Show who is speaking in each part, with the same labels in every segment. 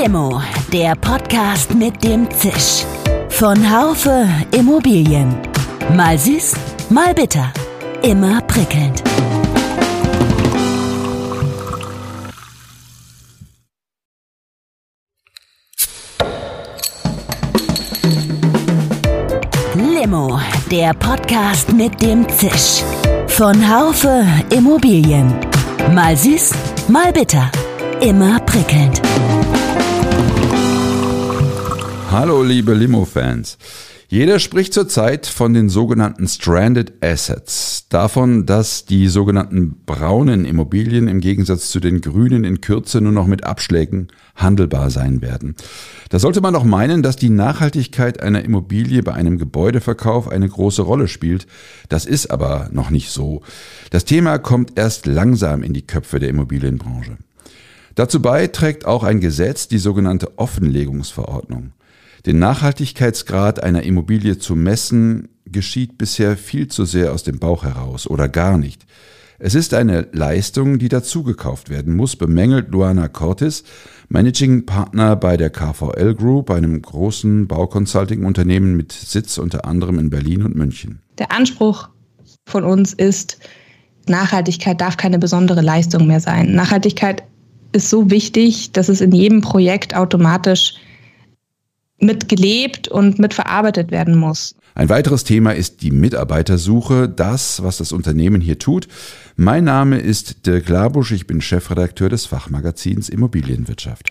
Speaker 1: Limo, der Podcast mit dem Zisch. Von Haufe Immobilien. Mal süß, mal bitter. Immer prickelnd. Limo, der Podcast mit dem Zisch. Von Haufe Immobilien. Mal süß, mal bitter. Immer prickelnd.
Speaker 2: Hallo liebe Limo-Fans. Jeder spricht zurzeit von den sogenannten Stranded Assets. Davon, dass die sogenannten braunen Immobilien im Gegensatz zu den grünen in Kürze nur noch mit Abschlägen handelbar sein werden. Da sollte man doch meinen, dass die Nachhaltigkeit einer Immobilie bei einem Gebäudeverkauf eine große Rolle spielt. Das ist aber noch nicht so. Das Thema kommt erst langsam in die Köpfe der Immobilienbranche. Dazu beiträgt auch ein Gesetz, die sogenannte Offenlegungsverordnung. Den Nachhaltigkeitsgrad einer Immobilie zu messen, geschieht bisher viel zu sehr aus dem Bauch heraus oder gar nicht. Es ist eine Leistung, die dazugekauft werden muss, bemängelt Luana Cortis, Managing Partner bei der KVL Group, einem großen Bauconsulting-Unternehmen mit Sitz unter anderem in Berlin und München.
Speaker 3: Der Anspruch von uns ist, Nachhaltigkeit darf keine besondere Leistung mehr sein. Nachhaltigkeit ist so wichtig, dass es in jedem Projekt automatisch mitgelebt und mitverarbeitet werden muss.
Speaker 2: Ein weiteres Thema ist die Mitarbeitersuche, das, was das Unternehmen hier tut. Mein Name ist Dirk Labusch, ich bin Chefredakteur des Fachmagazins Immobilienwirtschaft.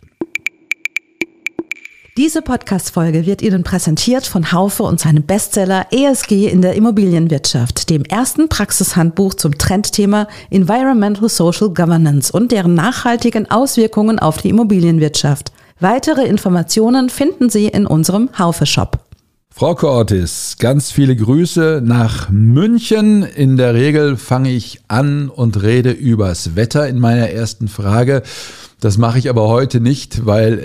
Speaker 4: Diese Podcast-Folge wird Ihnen präsentiert von Haufe und seinem Bestseller ESG in der Immobilienwirtschaft, dem ersten Praxishandbuch zum Trendthema Environmental Social Governance und deren nachhaltigen Auswirkungen auf die Immobilienwirtschaft. Weitere Informationen finden Sie in unserem Haufe-Shop.
Speaker 2: Frau Cortis, ganz viele Grüße nach München. In der Regel fange ich an und rede übers Wetter in meiner ersten Frage. Das mache ich aber heute nicht, weil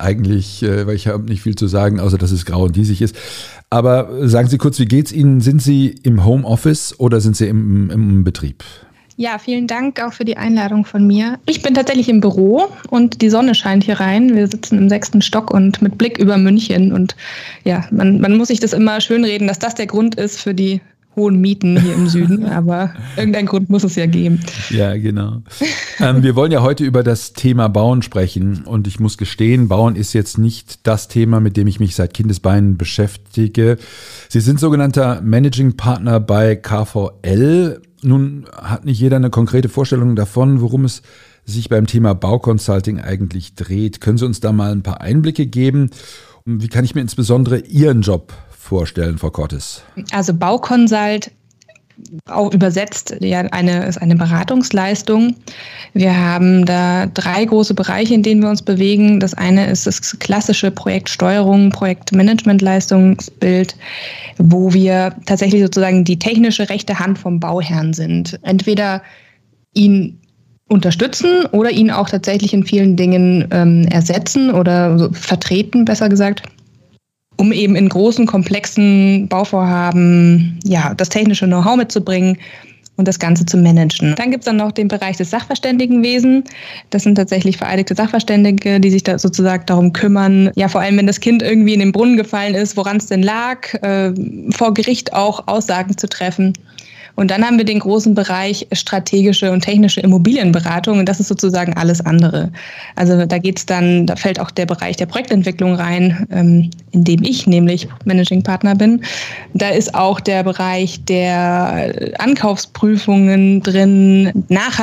Speaker 2: ich habe nicht viel zu sagen, außer dass es grau und diesig ist. Aber sagen Sie kurz, wie geht's Ihnen? Sind Sie im Homeoffice oder sind Sie im Betrieb?
Speaker 3: Ja, vielen Dank auch für die Einladung von mir. Ich bin tatsächlich im Büro und die Sonne scheint hier rein. Wir sitzen im 6. Stock und mit Blick über München. Und ja, man muss sich das immer schönreden, dass das der Grund ist für die hohen Mieten hier im Süden. Aber irgendeinen Grund muss es ja geben.
Speaker 2: Ja, genau. Wir wollen ja heute über das Thema Bauen sprechen. Und ich muss gestehen, Bauen ist jetzt nicht das Thema, mit dem ich mich seit Kindesbeinen beschäftige. Sie sind sogenannter Managing Partner bei KVL. Nun hat nicht jeder eine konkrete Vorstellung davon, worum es sich beim Thema Bauconsulting eigentlich dreht. Können Sie uns da mal ein paar Einblicke geben? Wie kann ich mir insbesondere Ihren Job vorstellen, Frau Cortis?
Speaker 3: Also Bauconsult, auch übersetzt, ja, ist eine Beratungsleistung. Wir haben da 3 große Bereiche, in denen wir uns bewegen. Das eine ist das klassische Projektsteuerung, Projektmanagementleistungsbild, wo wir tatsächlich sozusagen die technische rechte Hand vom Bauherrn sind. Entweder ihn unterstützen oder ihn auch tatsächlich in vielen Dingen ersetzen oder vertreten, besser gesagt, um eben in großen, komplexen Bauvorhaben das technische Know-how mitzubringen und das Ganze zu managen. Dann gibt es dann noch den Bereich des Sachverständigenwesens. Das sind tatsächlich vereidigte Sachverständige, die sich da sozusagen darum kümmern, ja, vor allem wenn das Kind irgendwie in den Brunnen gefallen ist, woran es denn lag, vor Gericht auch Aussagen zu treffen. Und dann haben wir den großen Bereich strategische und technische Immobilienberatung und das ist sozusagen alles andere. Also da fällt auch der Bereich der Projektentwicklung rein, in dem ich nämlich Managing Partner bin. Da ist auch der Bereich der Ankaufsprüfungen drin,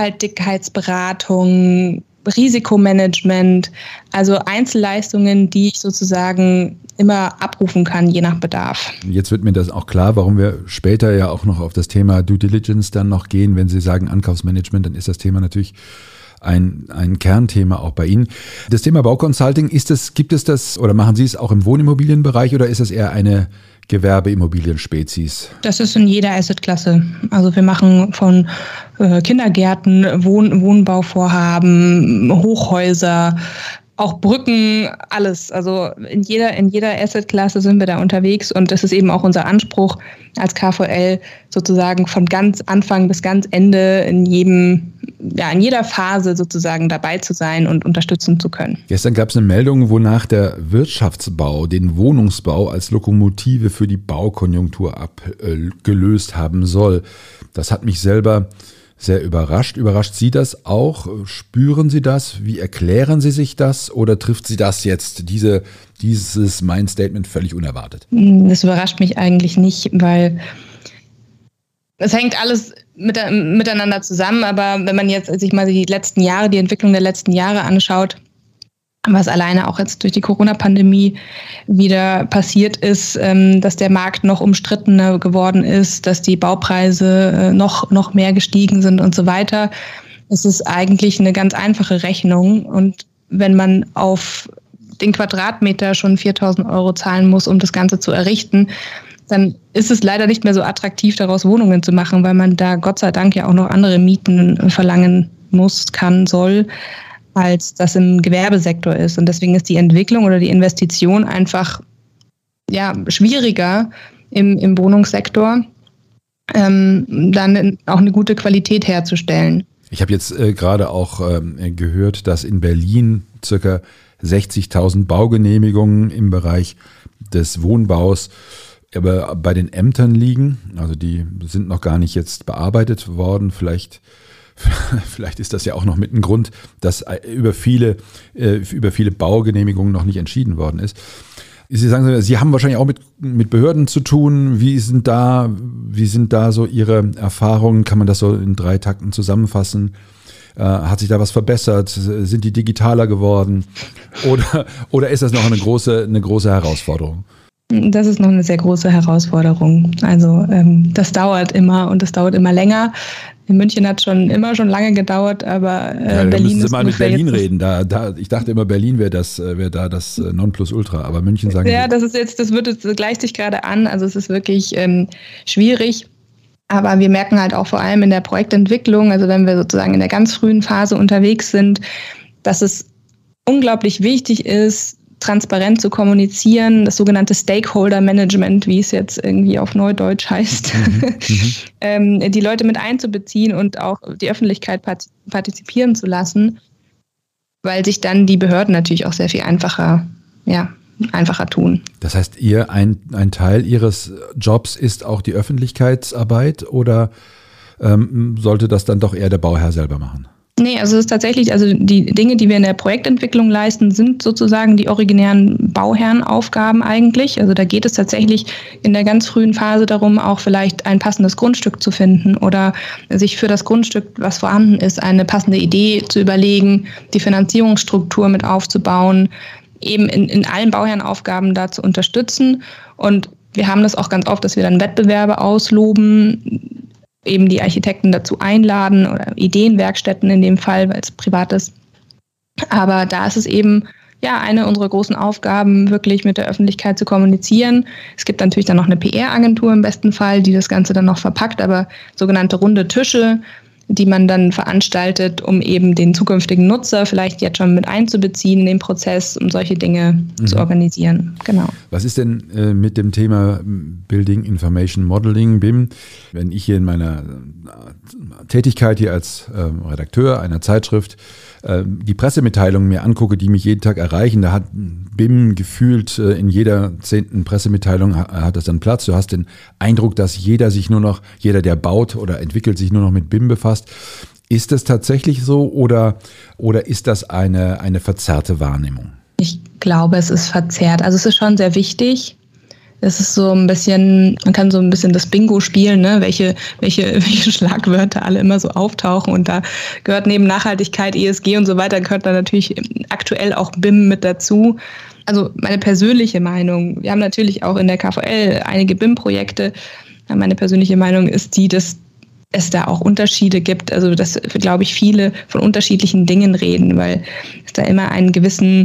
Speaker 3: Nachhaltigkeitsberatung, Risikomanagement, also Einzelleistungen, die ich sozusagen immer abrufen kann, je nach Bedarf.
Speaker 2: Jetzt wird mir das auch klar, warum wir später ja auch noch auf das Thema Due Diligence dann noch gehen. Wenn Sie sagen Ankaufsmanagement, dann ist das Thema natürlich ein Kernthema auch bei Ihnen. Das Thema Bauconsulting, gibt es das oder machen Sie es auch im Wohnimmobilienbereich oder ist es eher eine Gewerbeimmobilienspezies?
Speaker 3: Das ist in jeder Assetklasse. Also wir machen von Kindergärten, Wohnbauvorhaben, Hochhäuser, auch Brücken, alles. Also in jeder Assetklasse sind wir da unterwegs und das ist eben auch unser Anspruch als KVL, sozusagen von ganz Anfang bis ganz Ende in jedem in jeder Phase sozusagen dabei zu sein und unterstützen zu können.
Speaker 2: Gestern gab es eine Meldung, wonach der Wirtschaftsbau den Wohnungsbau als Lokomotive für die Baukonjunktur abgelöst haben soll. Das hat mich selber sehr überrascht. Überrascht Sie das auch? Spüren Sie das? Wie erklären Sie sich das? Oder trifft Sie das jetzt, dieses mein Statement, völlig unerwartet?
Speaker 3: Das überrascht mich eigentlich nicht, weil es hängt alles miteinander zusammen. Aber wenn man jetzt sich mal die Entwicklung der letzten Jahre anschaut, was alleine auch jetzt durch die Corona-Pandemie wieder passiert ist, dass der Markt noch umstrittener geworden ist, dass die Baupreise noch mehr gestiegen sind und so weiter. Es ist eigentlich eine ganz einfache Rechnung. Und wenn man auf den Quadratmeter schon 4.000 € zahlen muss, um das Ganze zu errichten, dann ist es leider nicht mehr so attraktiv, daraus Wohnungen zu machen, weil man da Gott sei Dank ja auch noch andere Mieten verlangen muss, kann, soll, als das im Gewerbesektor ist. Und deswegen ist die Entwicklung oder die Investition einfach schwieriger im Wohnungssektor, dann auch eine gute Qualität herzustellen.
Speaker 2: Ich habe jetzt gerade auch gehört, dass in Berlin ca. 60.000 Baugenehmigungen im Bereich des Wohnbaus aber bei den Ämtern liegen. Also die sind noch gar nicht jetzt bearbeitet worden. Vielleicht ist das ja auch noch mit ein Grund, dass über viele Baugenehmigungen noch nicht entschieden worden ist. Sie sagen, Sie haben wahrscheinlich auch mit Behörden zu tun. Wie sind da so Ihre Erfahrungen? Kann man das so in 3 Takten zusammenfassen? Hat sich da was verbessert? Sind die digitaler geworden? Oder ist das noch eine große Herausforderung?
Speaker 3: Das ist noch eine sehr große Herausforderung. Also das dauert immer und das dauert immer länger. In München hat es immer schon lange gedauert, aber Berlin
Speaker 2: müssen Sie mal mit Berlin reden. Ich dachte immer, Berlin wäre da das Nonplusultra, aber München sagen Sie.
Speaker 3: Ja, das gleicht sich gerade an. Also es ist wirklich schwierig. Aber wir merken halt auch vor allem in der Projektentwicklung, also wenn wir sozusagen in der ganz frühen Phase unterwegs sind, dass es unglaublich wichtig ist, transparent zu kommunizieren, das sogenannte Stakeholder-Management, wie es jetzt irgendwie auf Neudeutsch heißt, die Leute mit einzubeziehen und auch die Öffentlichkeit partizipieren zu lassen, weil sich dann die Behörden natürlich auch sehr viel einfacher tun.
Speaker 2: Das heißt, ein Teil Ihres Jobs ist auch die Öffentlichkeitsarbeit oder sollte das dann doch eher der Bauherr selber machen?
Speaker 3: Nee, also es ist tatsächlich, die Dinge, die wir in der Projektentwicklung leisten, sind sozusagen die originären Bauherrenaufgaben eigentlich. Also da geht es tatsächlich in der ganz frühen Phase darum, auch vielleicht ein passendes Grundstück zu finden oder sich für das Grundstück, was vorhanden ist, eine passende Idee zu überlegen, die Finanzierungsstruktur mit aufzubauen, eben in allen Bauherrenaufgaben da zu unterstützen. Und wir haben das auch ganz oft, dass wir dann Wettbewerbe ausloben, eben die Architekten dazu einladen oder Ideenwerkstätten in dem Fall, weil es privat ist. Aber da ist es eben eine unserer großen Aufgaben, wirklich mit der Öffentlichkeit zu kommunizieren. Es gibt natürlich dann noch eine PR-Agentur im besten Fall, die das Ganze dann noch verpackt, aber sogenannte runde Tische, die man dann veranstaltet, um eben den zukünftigen Nutzer vielleicht jetzt schon mit einzubeziehen in den Prozess, um solche Dinge zu organisieren. Genau.
Speaker 2: Was ist denn mit dem Thema Building Information Modeling, BIM? Wenn ich hier in meiner Tätigkeit hier als Redakteur einer Zeitschrift die Pressemitteilungen mir angucke, die mich jeden Tag erreichen, da hat BIM gefühlt in jeder 10. Pressemitteilung hat das dann Platz. Du hast den Eindruck, dass jeder, der baut oder entwickelt, sich nur noch mit BIM befasst. Ist das tatsächlich so oder ist das eine verzerrte Wahrnehmung?
Speaker 3: Ich glaube, es ist verzerrt. Also es ist schon sehr wichtig. Es ist so ein bisschen, man kann so ein bisschen das Bingo spielen, ne? Welche Schlagwörter alle immer so auftauchen. Und da gehört neben Nachhaltigkeit, ESG und so weiter, gehört da natürlich aktuell auch BIM mit dazu. Also meine persönliche Meinung, wir haben natürlich auch in der KVL einige BIM-Projekte. Meine persönliche Meinung ist die, dass es da auch Unterschiede gibt. Also dass, glaube ich, viele von unterschiedlichen Dingen reden, weil es da immer einen gewissen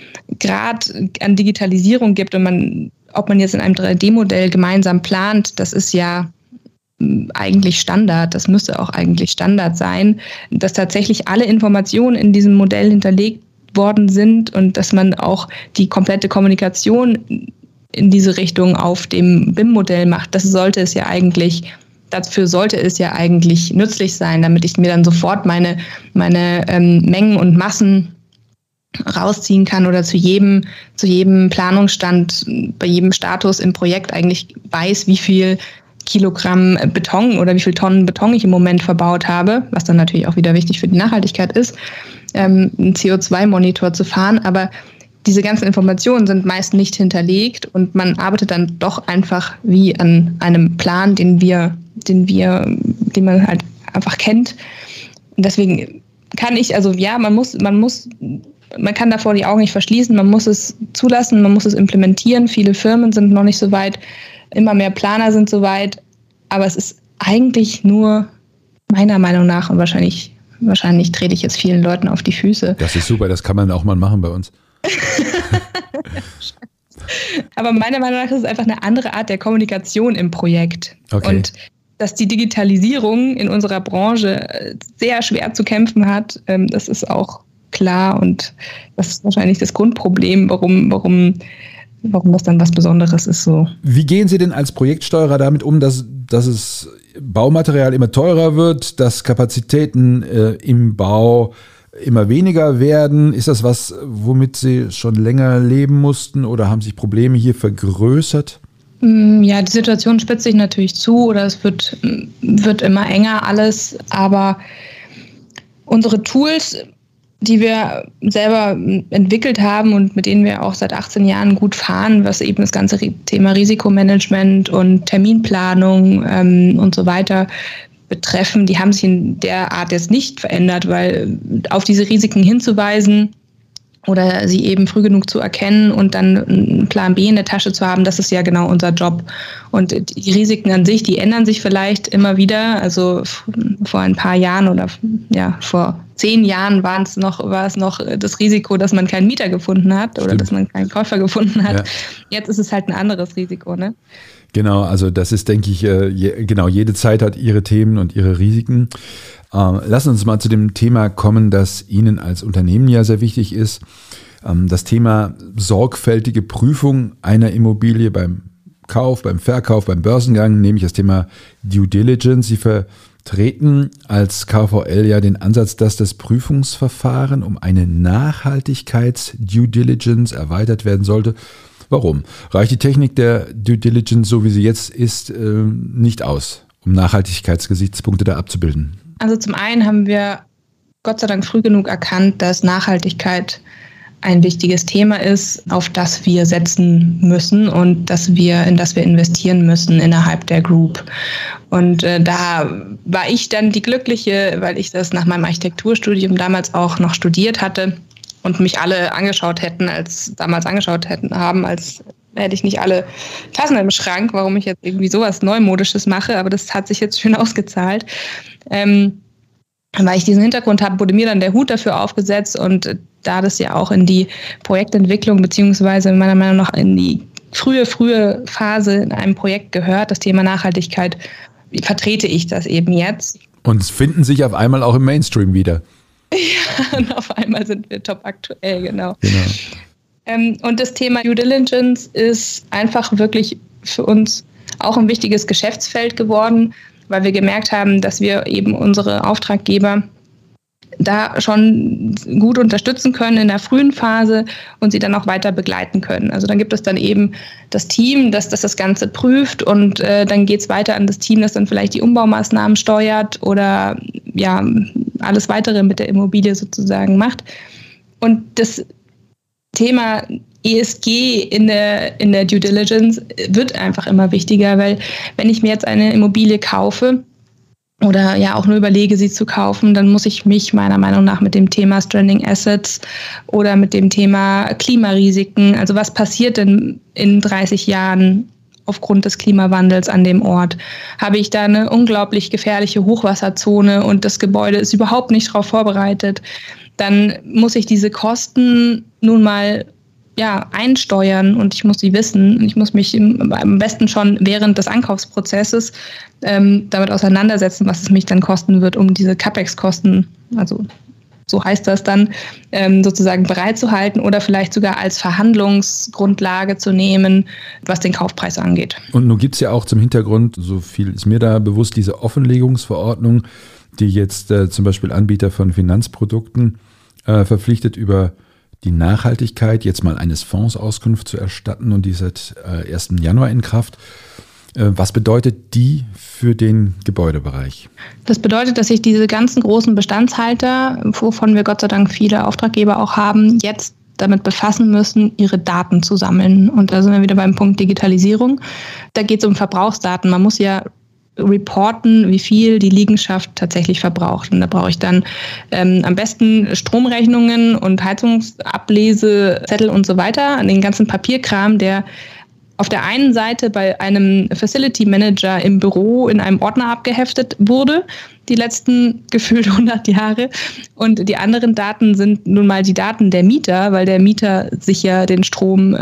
Speaker 3: Grad an Digitalisierung gibt und ob man jetzt in einem 3D-Modell gemeinsam plant, das ist ja eigentlich Standard. Das müsste auch eigentlich Standard sein, dass tatsächlich alle Informationen in diesem Modell hinterlegt worden sind und dass man auch die komplette Kommunikation in diese Richtung auf dem BIM-Modell macht. Das sollte es ja eigentlich dafür sollte es ja eigentlich nützlich sein, damit ich mir dann sofort meine Mengen und Massen rausziehen kann oder zu jedem Planungsstand, bei jedem Status im Projekt eigentlich weiß, wie viel Kilogramm Beton oder wie viel Tonnen Beton ich im Moment verbaut habe, was dann natürlich auch wieder wichtig für die Nachhaltigkeit ist, einen CO2-Monitor zu fahren. Aber diese ganzen Informationen sind meist nicht hinterlegt und man arbeitet dann doch einfach wie an einem Plan, den man halt einfach kennt. Und deswegen kann ich, also ja, man kann davor die Augen nicht verschließen, man muss es zulassen, man muss es implementieren. Viele Firmen sind noch nicht so weit, immer mehr Planer sind so weit, aber es ist eigentlich nur meiner Meinung nach, und wahrscheinlich trete ich jetzt vielen Leuten auf die Füße.
Speaker 2: Das ist super, das kann man auch mal machen bei uns.
Speaker 3: Aber meiner Meinung nach ist es einfach eine andere Art der Kommunikation im Projekt.
Speaker 2: Okay.
Speaker 3: Und dass die Digitalisierung in unserer Branche sehr schwer zu kämpfen hat, das ist auch klar, und das ist wahrscheinlich das Grundproblem, warum das dann was Besonderes ist. So.
Speaker 2: Wie gehen Sie denn als Projektsteuerer damit um, dass es Baumaterial immer teurer wird, dass Kapazitäten im Bau immer weniger werden? Ist das was, womit Sie schon länger leben mussten, oder haben sich Probleme hier vergrößert?
Speaker 3: Ja, die Situation spitzt sich natürlich zu, oder es wird immer enger alles, aber unsere Tools, die wir selber entwickelt haben und mit denen wir auch seit 18 Jahren gut fahren, was eben das ganze Thema Risikomanagement und Terminplanung und so weiter betreffen, die haben sich in der Art jetzt nicht verändert, weil auf diese Risiken hinzuweisen oder sie eben früh genug zu erkennen und dann einen Plan B in der Tasche zu haben, das ist ja genau unser Job. Und die Risiken an sich, die ändern sich vielleicht immer wieder. Also vor ein paar Jahren oder ja, vor 10 Jahren war es noch das Risiko, dass man keinen Mieter gefunden hat oder dass man keinen Käufer gefunden hat. Ja. Jetzt ist es halt ein anderes Risiko, ne?
Speaker 2: Genau, also das ist, denke ich, jede Zeit hat ihre Themen und ihre Risiken. Lassen uns mal zu dem Thema kommen, das Ihnen als Unternehmen ja sehr wichtig ist. Das Thema sorgfältige Prüfung einer Immobilie beim Kauf, beim Verkauf, beim Börsengang, nämlich das Thema Due Diligence. Sie vertreten als KVL ja den Ansatz, dass das Prüfungsverfahren um eine Nachhaltigkeits-Due Diligence erweitert werden sollte. Warum? Reicht die Technik der Due Diligence, so wie sie jetzt ist, nicht aus, um Nachhaltigkeitsgesichtspunkte da abzubilden?
Speaker 3: Also zum einen haben wir Gott sei Dank früh genug erkannt, dass Nachhaltigkeit ein wichtiges Thema ist, auf das wir setzen müssen und in das wir investieren müssen innerhalb der Group. Und da war ich dann die Glückliche, weil ich das nach meinem Architekturstudium damals auch noch studiert hatte und mich alle angeschaut haben, als hätte ich nicht alle Tassen im Schrank, warum ich jetzt irgendwie sowas Neumodisches mache, aber das hat sich jetzt schön ausgezahlt. Weil ich diesen Hintergrund habe, wurde mir dann der Hut dafür aufgesetzt, und da das ja auch in die Projektentwicklung beziehungsweise meiner Meinung nach in die frühe Phase in einem Projekt gehört, das Thema Nachhaltigkeit, vertrete ich das eben jetzt.
Speaker 2: Und es finden sich auf einmal auch im Mainstream wieder.
Speaker 3: Ja, und auf einmal sind wir top aktuell, genau. Und das Thema Due Diligence ist einfach wirklich für uns auch ein wichtiges Geschäftsfeld geworden, weil wir gemerkt haben, dass wir eben unsere Auftraggeber da schon gut unterstützen können in der frühen Phase und sie dann auch weiter begleiten können. Also dann gibt es dann eben das Team, das Ganze prüft, und dann geht es weiter an das Team, das dann vielleicht die Umbaumaßnahmen steuert oder ja alles Weitere mit der Immobilie sozusagen macht. Und das Thema ESG in der Due Diligence wird einfach immer wichtiger, weil wenn ich mir jetzt eine Immobilie kaufe oder ja auch nur überlege, sie zu kaufen, dann muss ich mich meiner Meinung nach mit dem Thema Stranding Assets oder mit dem Thema Klimarisiken, also was passiert denn in 30 Jahren aufgrund des Klimawandels an dem Ort? Habe ich da eine unglaublich gefährliche Hochwasserzone und das Gebäude ist überhaupt nicht darauf vorbereitet? Dann muss ich diese Kosten nun mal einsteuern und ich muss sie wissen. Und ich muss mich am besten schon während des Ankaufsprozesses damit auseinandersetzen, was es mich dann kosten wird, um diese CapEx-Kosten, also so heißt das dann, sozusagen bereitzuhalten oder vielleicht sogar als Verhandlungsgrundlage zu nehmen, was den Kaufpreis angeht.
Speaker 2: Und nun gibt es ja auch zum Hintergrund, so viel ist mir da bewusst, diese Offenlegungsverordnung, die jetzt zum Beispiel Anbieter von Finanzprodukten verpflichtet, über die Nachhaltigkeit jetzt mal eines Fonds Auskunft zu erstatten, und die ist seit 1. Januar in Kraft. Was bedeutet die für den Gebäudebereich?
Speaker 3: Das bedeutet, dass sich diese ganzen großen Bestandshalter, wovon wir Gott sei Dank viele Auftraggeber auch haben, jetzt damit befassen müssen, ihre Daten zu sammeln. Und da sind wir wieder beim Punkt Digitalisierung. Da geht es um Verbrauchsdaten. Man muss ja reporten, wie viel die Liegenschaft tatsächlich verbraucht. Und da brauche ich dann am besten Stromrechnungen und Heizungsablesezettel und so weiter, den ganzen Papierkram, der auf der einen Seite bei einem Facility Manager im Büro in einem Ordner abgeheftet wurde, die letzten gefühlt 100 Jahre. Und die anderen Daten sind nun mal die Daten der Mieter, weil der Mieter sich ja den Strom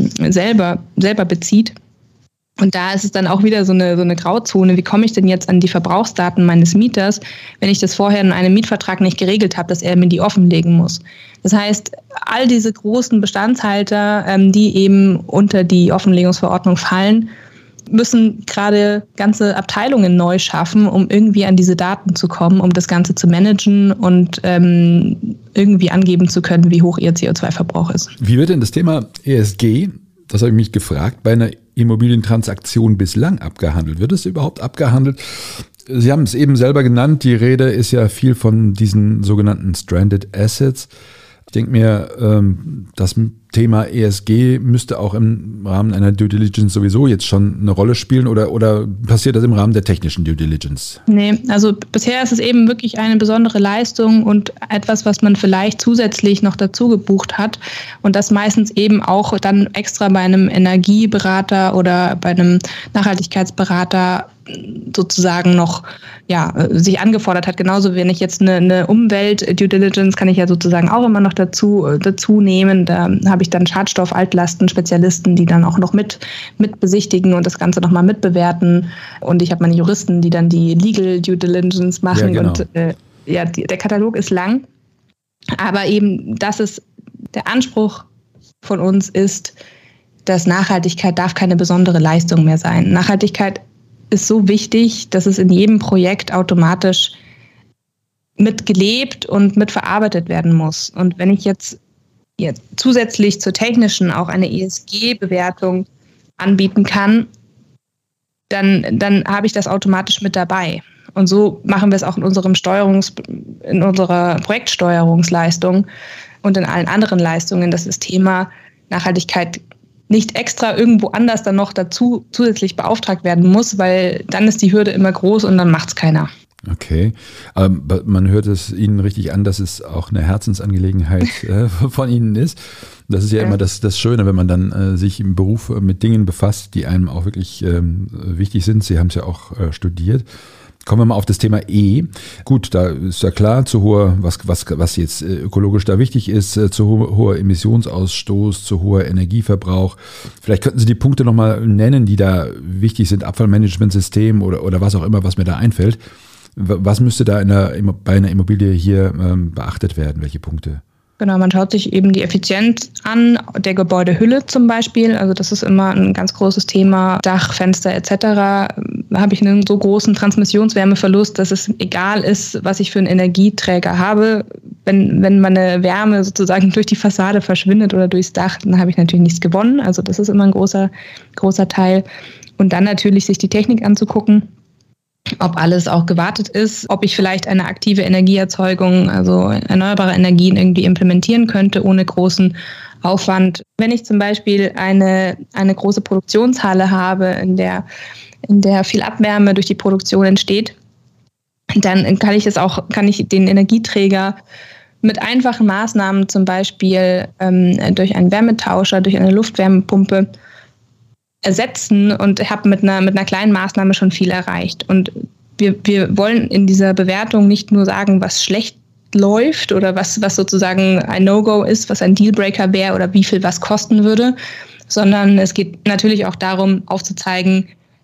Speaker 3: selber bezieht. Und da ist es dann auch wieder so eine Grauzone. Wie komme ich denn jetzt an die Verbrauchsdaten meines Mieters, wenn ich das vorher in einem Mietvertrag nicht geregelt habe, dass er mir die offenlegen muss? Das heißt, all diese großen Bestandshalter, die eben unter die Offenlegungsverordnung fallen, müssen gerade ganze Abteilungen neu schaffen, um irgendwie an diese Daten zu kommen, um das Ganze zu managen und irgendwie angeben zu können, wie hoch ihr CO2-Verbrauch ist.
Speaker 2: Wie wird denn das Thema ESG, das habe ich mich gefragt, bei einer Immobilientransaktion bislang abgehandelt? Wird es überhaupt abgehandelt? Sie haben es eben selber genannt, die Rede ist ja viel von diesen sogenannten Stranded Assets. Ich denke mir, das Thema ESG müsste auch im Rahmen einer Due Diligence sowieso jetzt schon eine Rolle spielen, oder passiert das im Rahmen der technischen Due Diligence?
Speaker 3: Nee, also bisher ist es eben wirklich eine besondere Leistung und etwas, was man vielleicht zusätzlich noch dazu gebucht hat, und das meistens eben auch dann extra bei einem Energieberater oder bei einem Nachhaltigkeitsberater sozusagen noch sich angefordert hat. Genauso, wenn ich jetzt eine Umwelt-Due Diligence kann ich ja sozusagen auch immer noch dazu nehmen. Da habe ich dann Schadstoff-Altlasten-Spezialisten, die dann auch noch mit besichtigen und das Ganze nochmal mitbewerten. Und ich habe meine Juristen, die dann die Legal Due Diligence machen. Ja, genau. Und der Katalog ist lang. Aber eben, das ist der Anspruch von uns ist, dass Nachhaltigkeit darf keine besondere Leistung mehr sein. Nachhaltigkeit ist so wichtig, dass es in jedem Projekt automatisch mitgelebt und mitverarbeitet werden muss. Und wenn ich jetzt zusätzlich zur technischen auch eine ESG-Bewertung anbieten kann, dann habe ich das automatisch mit dabei. Und so machen wir es auch in unserer Projektsteuerungsleistung und in allen anderen Leistungen, dass das Thema Nachhaltigkeit nicht extra irgendwo anders dann noch dazu zusätzlich beauftragt werden muss, weil dann ist die Hürde immer groß und dann macht es keiner.
Speaker 2: Okay, man hört es Ihnen richtig an, dass es auch eine Herzensangelegenheit von Ihnen ist. Das ist ja immer das Schöne, wenn man dann sich im Beruf mit Dingen befasst, die einem auch wirklich wichtig sind. Sie haben es ja auch studiert. Kommen wir mal auf das Thema E. Gut, da ist ja klar, zu hoher, was jetzt ökologisch da wichtig ist, zu hoher Emissionsausstoß, zu hoher Energieverbrauch. Vielleicht könnten Sie die Punkte nochmal nennen, die da wichtig sind, Abfallmanagementsystem oder was auch immer, was mir da einfällt. Was müsste da bei einer Immobilie hier beachtet werden? Welche Punkte?
Speaker 3: Genau, man schaut sich eben die Effizienz an, der Gebäudehülle zum Beispiel. Also das ist immer ein ganz großes Thema. Dach, Fenster etc. Habe ich einen so großen Transmissionswärmeverlust, dass es egal ist, was ich für einen Energieträger habe. Wenn meine Wärme sozusagen durch die Fassade verschwindet oder durchs Dach, dann habe ich natürlich nichts gewonnen. Also das ist immer ein großer Teil. Und dann natürlich sich die Technik anzugucken, ob alles auch gewartet ist, ob ich vielleicht eine aktive Energieerzeugung, also erneuerbare Energien irgendwie implementieren könnte, ohne großen Aufwand. Wenn ich zum Beispiel eine große Produktionshalle habe, in der viel Abwärme durch die Produktion entsteht, dann kann ich den Energieträger mit einfachen Maßnahmen, zum Beispiel durch einen Wärmetauscher, durch eine Luftwärmepumpe, ersetzen und habe mit einer kleinen Maßnahme schon viel erreicht. Und wir wollen in dieser Bewertung nicht nur sagen, was schlecht läuft oder was sozusagen ein No-Go ist, was ein Dealbreaker wäre oder wie viel was kosten würde, sondern es geht natürlich auch darum, aufzuzeigen,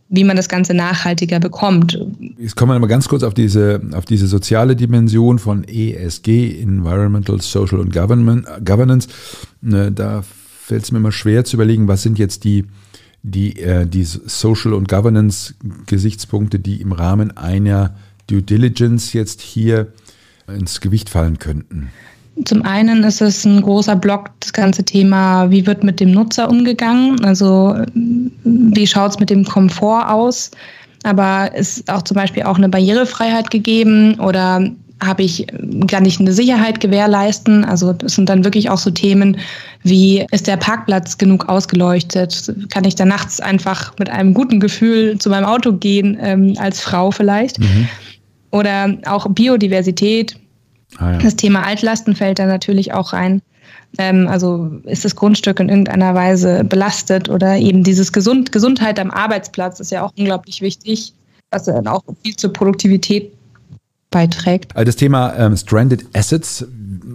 Speaker 3: wie man das Ganze nachhaltiger bekommt.
Speaker 2: Jetzt kommen wir mal ganz kurz auf diese soziale Dimension von ESG, Environmental, Social und Governance. Da fällt es mir immer schwer zu überlegen, was sind jetzt die Social und Governance Gesichtspunkte, die im Rahmen einer Due Diligence jetzt hier ins Gewicht fallen könnten.
Speaker 3: Zum einen ist es ein großer Block, das ganze Thema, wie wird mit dem Nutzer umgegangen, also wie schaut es mit dem Komfort aus, aber ist auch zum Beispiel auch eine Barrierefreiheit gegeben oder kann ich eine Sicherheit gewährleisten, also das sind dann wirklich auch so Themen wie, ist der Parkplatz genug ausgeleuchtet, kann ich da nachts einfach mit einem guten Gefühl zu meinem Auto gehen, als Frau vielleicht, oder auch Biodiversität. Das Thema Altlasten fällt da natürlich auch rein. Also ist das Grundstück in irgendeiner Weise belastet oder eben dieses Gesundheit am Arbeitsplatz ist ja auch unglaublich wichtig, was dann auch viel zur Produktivität beiträgt.
Speaker 2: Also das Thema Stranded Assets,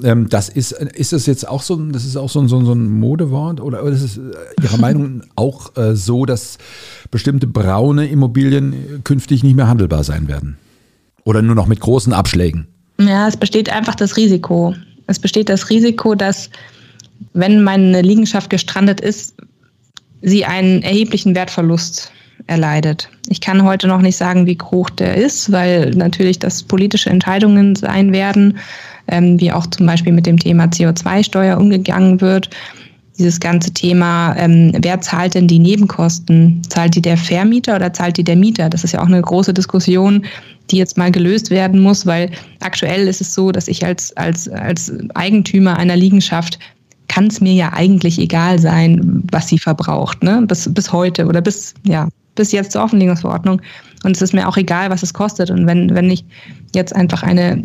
Speaker 2: ist das jetzt auch so ein Modewort oder ist es Ihrer Meinung auch so, dass bestimmte braune Immobilien künftig nicht mehr handelbar sein werden? Oder nur noch mit großen Abschlägen?
Speaker 3: Ja, es besteht einfach das Risiko. Es besteht das Risiko, dass, wenn meine Liegenschaft gestrandet ist, sie einen erheblichen Wertverlust erleidet. Ich kann heute noch nicht sagen, wie hoch der ist, weil natürlich das politische Entscheidungen sein werden, wie auch zum Beispiel mit dem Thema CO2-Steuer umgegangen wird. Dieses ganze Thema, wer zahlt denn die Nebenkosten? Zahlt die der Vermieter oder zahlt die der Mieter? Das ist ja auch eine große Diskussion, die jetzt mal gelöst werden muss, weil aktuell ist es so, dass ich als Eigentümer einer Liegenschaft kann es mir ja eigentlich egal sein, was sie verbraucht, ne? Bis heute oder bis jetzt zur Offenlegungsverordnung. Und es ist mir auch egal, was es kostet. Und wenn ich jetzt einfach eine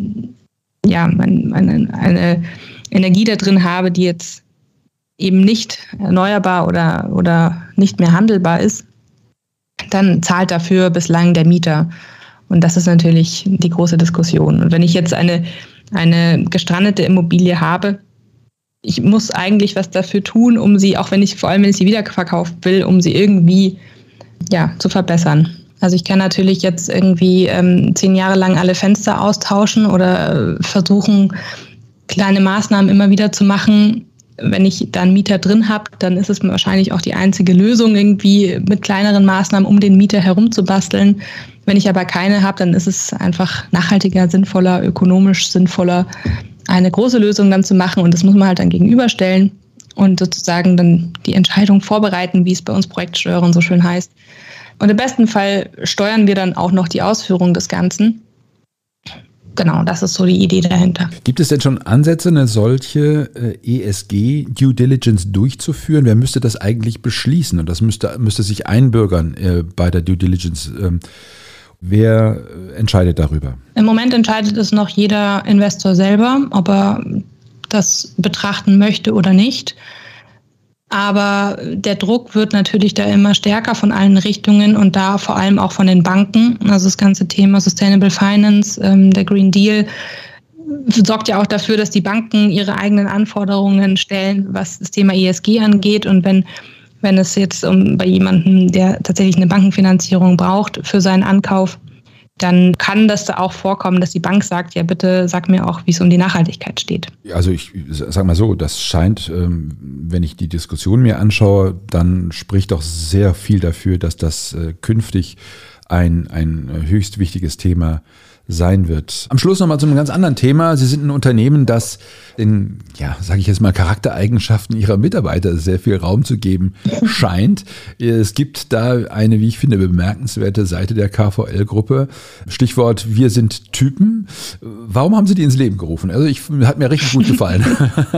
Speaker 3: Energie da drin habe, die jetzt eben nicht erneuerbar oder nicht mehr handelbar ist, dann zahlt dafür bislang der Mieter. Und das ist natürlich die große Diskussion. Und wenn ich jetzt eine gestrandete Immobilie habe, ich muss eigentlich was dafür tun, um sie, vor allem wenn ich sie wiederverkaufen will, um sie irgendwie zu verbessern. Also ich kann natürlich jetzt irgendwie 10 Jahre lang alle Fenster austauschen oder versuchen, kleine Maßnahmen immer wieder zu machen. Wenn ich da einen Mieter drin habe, dann ist es wahrscheinlich auch die einzige Lösung, irgendwie mit kleineren Maßnahmen um den Mieter herumzubasteln. Wenn ich aber keine habe, dann ist es einfach nachhaltiger, sinnvoller, ökonomisch sinnvoller, eine große Lösung dann zu machen. Und das muss man halt dann gegenüberstellen und sozusagen dann die Entscheidung vorbereiten, wie es bei uns Projektsteuerung so schön heißt. Und im besten Fall steuern wir dann auch noch die Ausführung des Ganzen. Genau, das ist so die Idee dahinter.
Speaker 2: Gibt es denn schon Ansätze, eine solche ESG-Due Diligence durchzuführen? Wer müsste das eigentlich beschließen? Und das müsste sich einbürgern bei der Due Diligence. Wer entscheidet darüber? Im
Speaker 3: Moment entscheidet es noch jeder Investor selber, ob er das betrachten möchte oder nicht. Aber der Druck wird natürlich da immer stärker von allen Richtungen und da vor allem auch von den Banken. Also das ganze Thema Sustainable Finance, der Green Deal, sorgt ja auch dafür, dass die Banken ihre eigenen Anforderungen stellen, was das Thema ESG angeht. Und wenn es jetzt bei jemandem, der tatsächlich eine Bankenfinanzierung braucht für seinen Ankauf, dann kann das da auch vorkommen, dass die Bank sagt, ja bitte sag mir auch, wie es um die Nachhaltigkeit steht.
Speaker 2: Also ich sag mal so, das scheint, wenn ich die Diskussion mir anschaue, dann spricht doch sehr viel dafür, dass das künftig ein höchst wichtiges Thema sein wird. Am Schluss nochmal zu einem ganz anderen Thema. Sie sind ein Unternehmen, das den, sage ich jetzt mal, Charaktereigenschaften ihrer Mitarbeiter sehr viel Raum zu geben scheint. Es gibt da eine, wie ich finde, bemerkenswerte Seite der KVL-Gruppe. Stichwort, wir sind Typen. Warum haben Sie die ins Leben gerufen? Also hat mir richtig gut gefallen.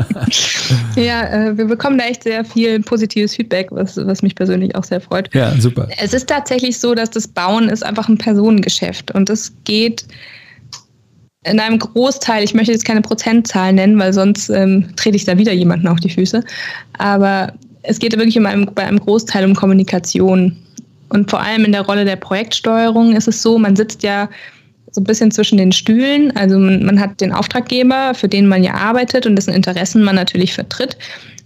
Speaker 3: Ja, wir bekommen da echt sehr viel positives Feedback, was mich persönlich auch sehr freut.
Speaker 2: Ja, super.
Speaker 3: Es ist tatsächlich so, dass das Bauen ist einfach ein Personengeschäft und es geht in einem Großteil, ich möchte jetzt keine Prozentzahl nennen, weil sonst trete ich da wieder jemanden auf die Füße, aber es geht wirklich bei einem Großteil um Kommunikation und vor allem in der Rolle der Projektsteuerung ist es so, man sitzt ja so ein bisschen zwischen den Stühlen, also man hat den Auftraggeber, für den man ja arbeitet und dessen Interessen man natürlich vertritt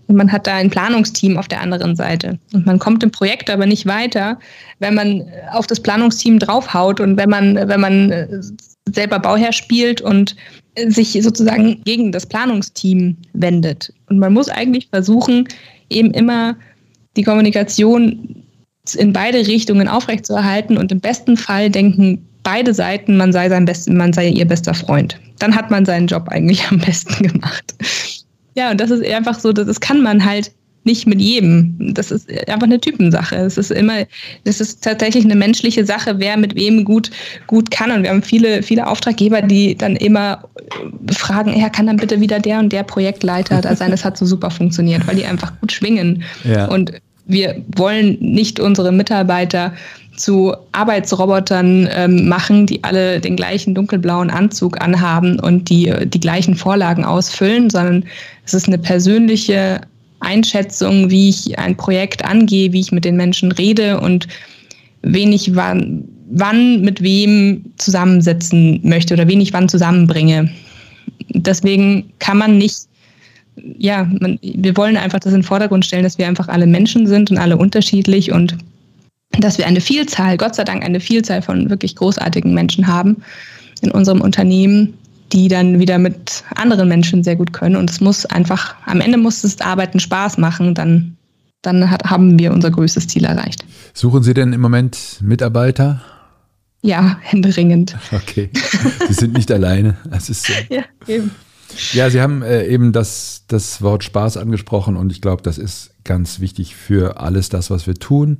Speaker 3: Und man hat da ein Planungsteam auf der anderen Seite. Und man kommt im Projekt aber nicht weiter, wenn man auf das Planungsteam draufhaut und wenn man selber Bauherr spielt und sich sozusagen gegen das Planungsteam wendet. Und man muss eigentlich versuchen, eben immer die Kommunikation in beide Richtungen aufrechtzuerhalten und im besten Fall denken beide Seiten, man sei ihr bester Freund. Dann hat man seinen Job eigentlich am besten gemacht. Ja, und das ist einfach so, das kann man halt nicht mit jedem. Das ist einfach eine Typensache. Das ist tatsächlich eine menschliche Sache, wer mit wem gut kann. Und wir haben viele Auftraggeber, die dann immer fragen, ja, kann dann bitte wieder der und der Projektleiter da sein? Das hat so super funktioniert, weil die einfach gut schwingen. Ja. Und wir wollen nicht unsere Mitarbeiter zu Arbeitsrobotern machen, die alle den gleichen dunkelblauen Anzug anhaben und die gleichen Vorlagen ausfüllen, sondern es ist eine persönliche Einschätzung, wie ich ein Projekt angehe, wie ich mit den Menschen rede und wen ich wann mit wem zusammensetzen möchte oder wen ich wann zusammenbringe. Deswegen kann man nicht, wir wollen einfach das in den Vordergrund stellen, dass wir einfach alle Menschen sind und alle unterschiedlich und dass wir Gott sei Dank eine Vielzahl von wirklich großartigen Menschen haben in unserem Unternehmen, die dann wieder mit anderen Menschen sehr gut können. Und am Ende muss das Arbeiten Spaß machen, dann haben wir unser größtes Ziel erreicht.
Speaker 2: Suchen Sie denn im Moment Mitarbeiter?
Speaker 3: Ja, händeringend.
Speaker 2: Okay, Sie sind nicht alleine. Das ist so.
Speaker 3: Ja, eben.
Speaker 2: Ja, Sie haben eben das Wort Spaß angesprochen und ich glaube, das ist ganz wichtig für alles das, was wir tun.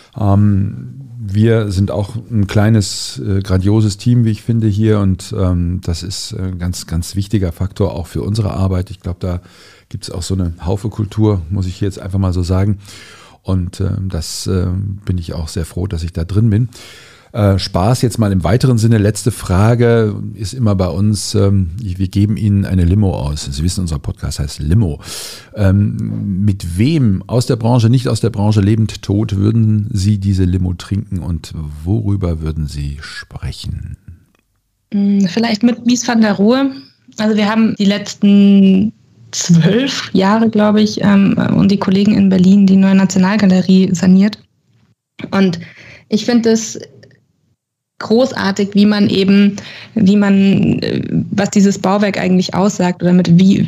Speaker 2: Wir sind auch ein kleines, grandioses Team, wie ich finde, hier und das ist ein ganz, ganz wichtiger Faktor auch für unsere Arbeit. Ich glaube, da gibt es auch so eine Haufe-Kultur, muss ich jetzt einfach mal so sagen und das bin ich auch sehr froh, dass ich da drin bin. Spaß jetzt mal im weiteren Sinne. Letzte Frage ist immer bei uns, wir geben Ihnen eine Limo aus. Sie wissen, unser Podcast heißt Limo. Mit wem aus der Branche, nicht aus der Branche, lebend, tot, würden Sie diese Limo trinken und worüber würden Sie sprechen?
Speaker 3: Vielleicht mit Mies van der Rohe. Also wir haben die letzten 12 Jahre, glaube ich, und die Kollegen in Berlin die neue Nationalgalerie saniert. Und ich finde es großartig, was dieses Bauwerk eigentlich aussagt oder mit wie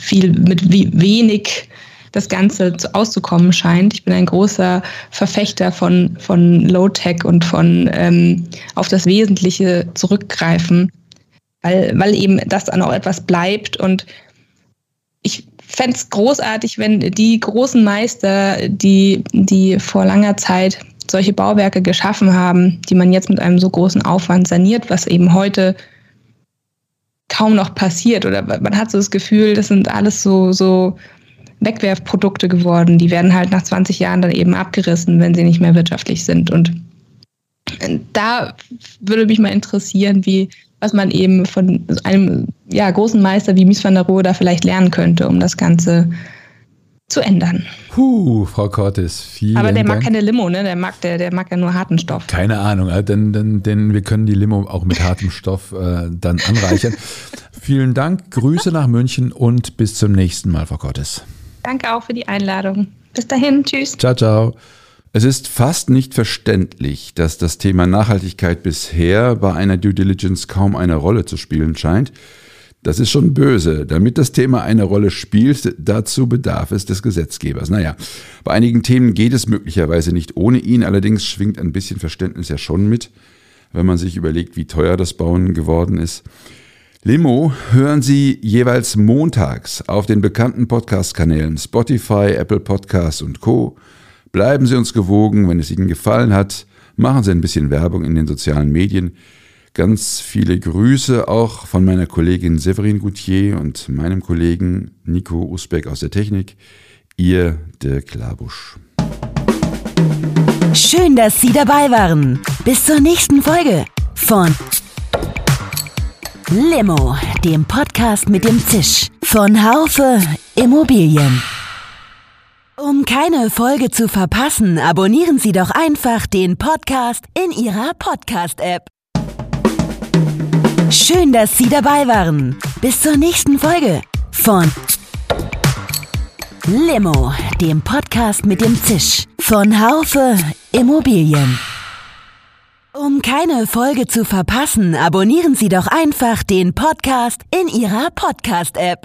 Speaker 3: wenig das Ganze auszukommen scheint. Ich bin ein großer Verfechter von Low-Tech und von auf das Wesentliche zurückgreifen, weil eben das dann auch etwas bleibt. Und ich fände es großartig, wenn die großen Meister, die vor langer Zeit solche Bauwerke geschaffen haben, die man jetzt mit einem so großen Aufwand saniert, was eben heute kaum noch passiert. Oder man hat so das Gefühl, das sind alles so Wegwerfprodukte geworden. Die werden halt nach 20 Jahren dann eben abgerissen, wenn sie nicht mehr wirtschaftlich sind. Und da würde mich mal interessieren, was man eben von einem großen Meister wie Mies van der Rohe da vielleicht lernen könnte, um das Ganze zu ändern.
Speaker 2: Frau Cortes, vielen
Speaker 3: Aber der
Speaker 2: Dank.
Speaker 3: Mag keine Limo, ne? Der mag ja nur harten Stoff.
Speaker 2: Keine Ahnung, denn wir können die Limo auch mit hartem Stoff dann anreichern. Vielen Dank, Grüße nach München und bis zum nächsten Mal, Frau Cortes.
Speaker 3: Danke auch für die Einladung. Bis dahin, tschüss.
Speaker 2: Ciao, ciao. Es ist fast nicht verständlich, dass das Thema Nachhaltigkeit bisher bei einer Due Diligence kaum eine Rolle zu spielen scheint. Das ist schon böse. Damit das Thema eine Rolle spielt, dazu bedarf es des Gesetzgebers. Naja, bei einigen Themen geht es möglicherweise nicht ohne ihn, allerdings schwingt ein bisschen Verständnis ja schon mit, wenn man sich überlegt, wie teuer das Bauen geworden ist. Limo hören Sie jeweils montags auf den bekannten Podcast-Kanälen Spotify, Apple Podcasts und Co. Bleiben Sie uns gewogen, wenn es Ihnen gefallen hat. Machen Sie ein bisschen Werbung in den sozialen Medien. Ganz viele Grüße auch von meiner Kollegin Séverine Goutier und meinem Kollegen Nico Usbeck aus der Technik. Ihr Dirk Labusch.
Speaker 1: Schön, dass Sie dabei waren. Bis zur nächsten Folge von Limo, dem Podcast mit dem Zisch von Haufe Immobilien. Um keine Folge zu verpassen, abonnieren Sie doch einfach den Podcast in Ihrer Podcast-App. Schön, dass Sie dabei waren. Bis zur nächsten Folge von Limo, dem Podcast mit dem Zisch von Haufe Immobilien. Um keine Folge zu verpassen, abonnieren Sie doch einfach den Podcast in Ihrer Podcast-App.